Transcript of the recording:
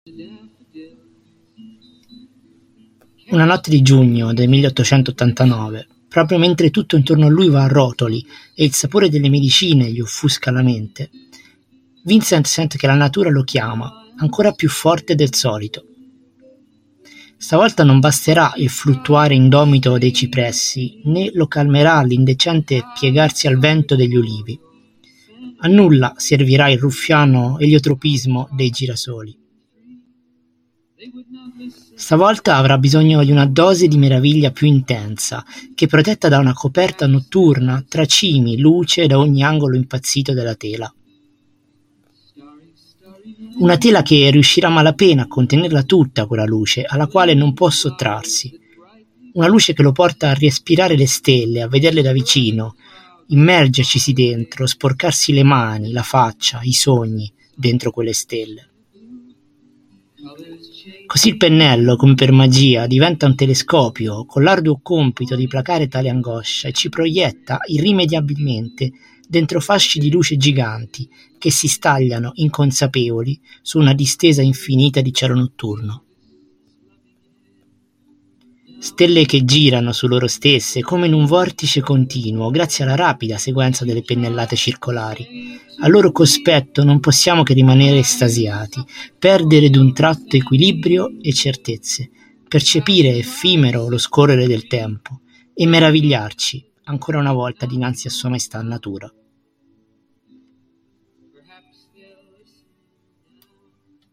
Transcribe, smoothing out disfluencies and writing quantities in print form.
Una notte di giugno del 1889, proprio mentre tutto intorno a lui va a rotoli e il sapore delle medicine gli offusca la mente, Vincent sente che la natura lo chiama, ancora più forte del solito. Stavolta non basterà il fluttuare indomito dei cipressi, né lo calmerà l'indecente piegarsi al vento degli ulivi. A nulla servirà il ruffiano eliotropismo dei girasoli. Stavolta avrà bisogno di una dose di meraviglia più intensa, che protetta da una coperta notturna tracimi luce da ogni angolo impazzito della tela. Una tela che riuscirà a malapena a contenerla tutta quella luce, alla quale non può sottrarsi. Una luce che lo porta a respirare le stelle, a vederle da vicino, immergercisi dentro, sporcarsi le mani, la faccia, i sogni dentro quelle stelle. Così il pennello, come per magia, diventa un telescopio con l'arduo compito di placare tale angoscia e ci proietta irrimediabilmente dentro fasci di luce giganti che si stagliano inconsapevoli su una distesa infinita di cielo notturno. Stelle che girano su loro stesse come in un vortice continuo grazie alla rapida sequenza delle pennellate circolari. Al loro cospetto non possiamo che rimanere estasiati, perdere d'un tratto equilibrio e certezze, percepire effimero lo scorrere del tempo e meravigliarci ancora una volta dinanzi a Sua Maestà Natura.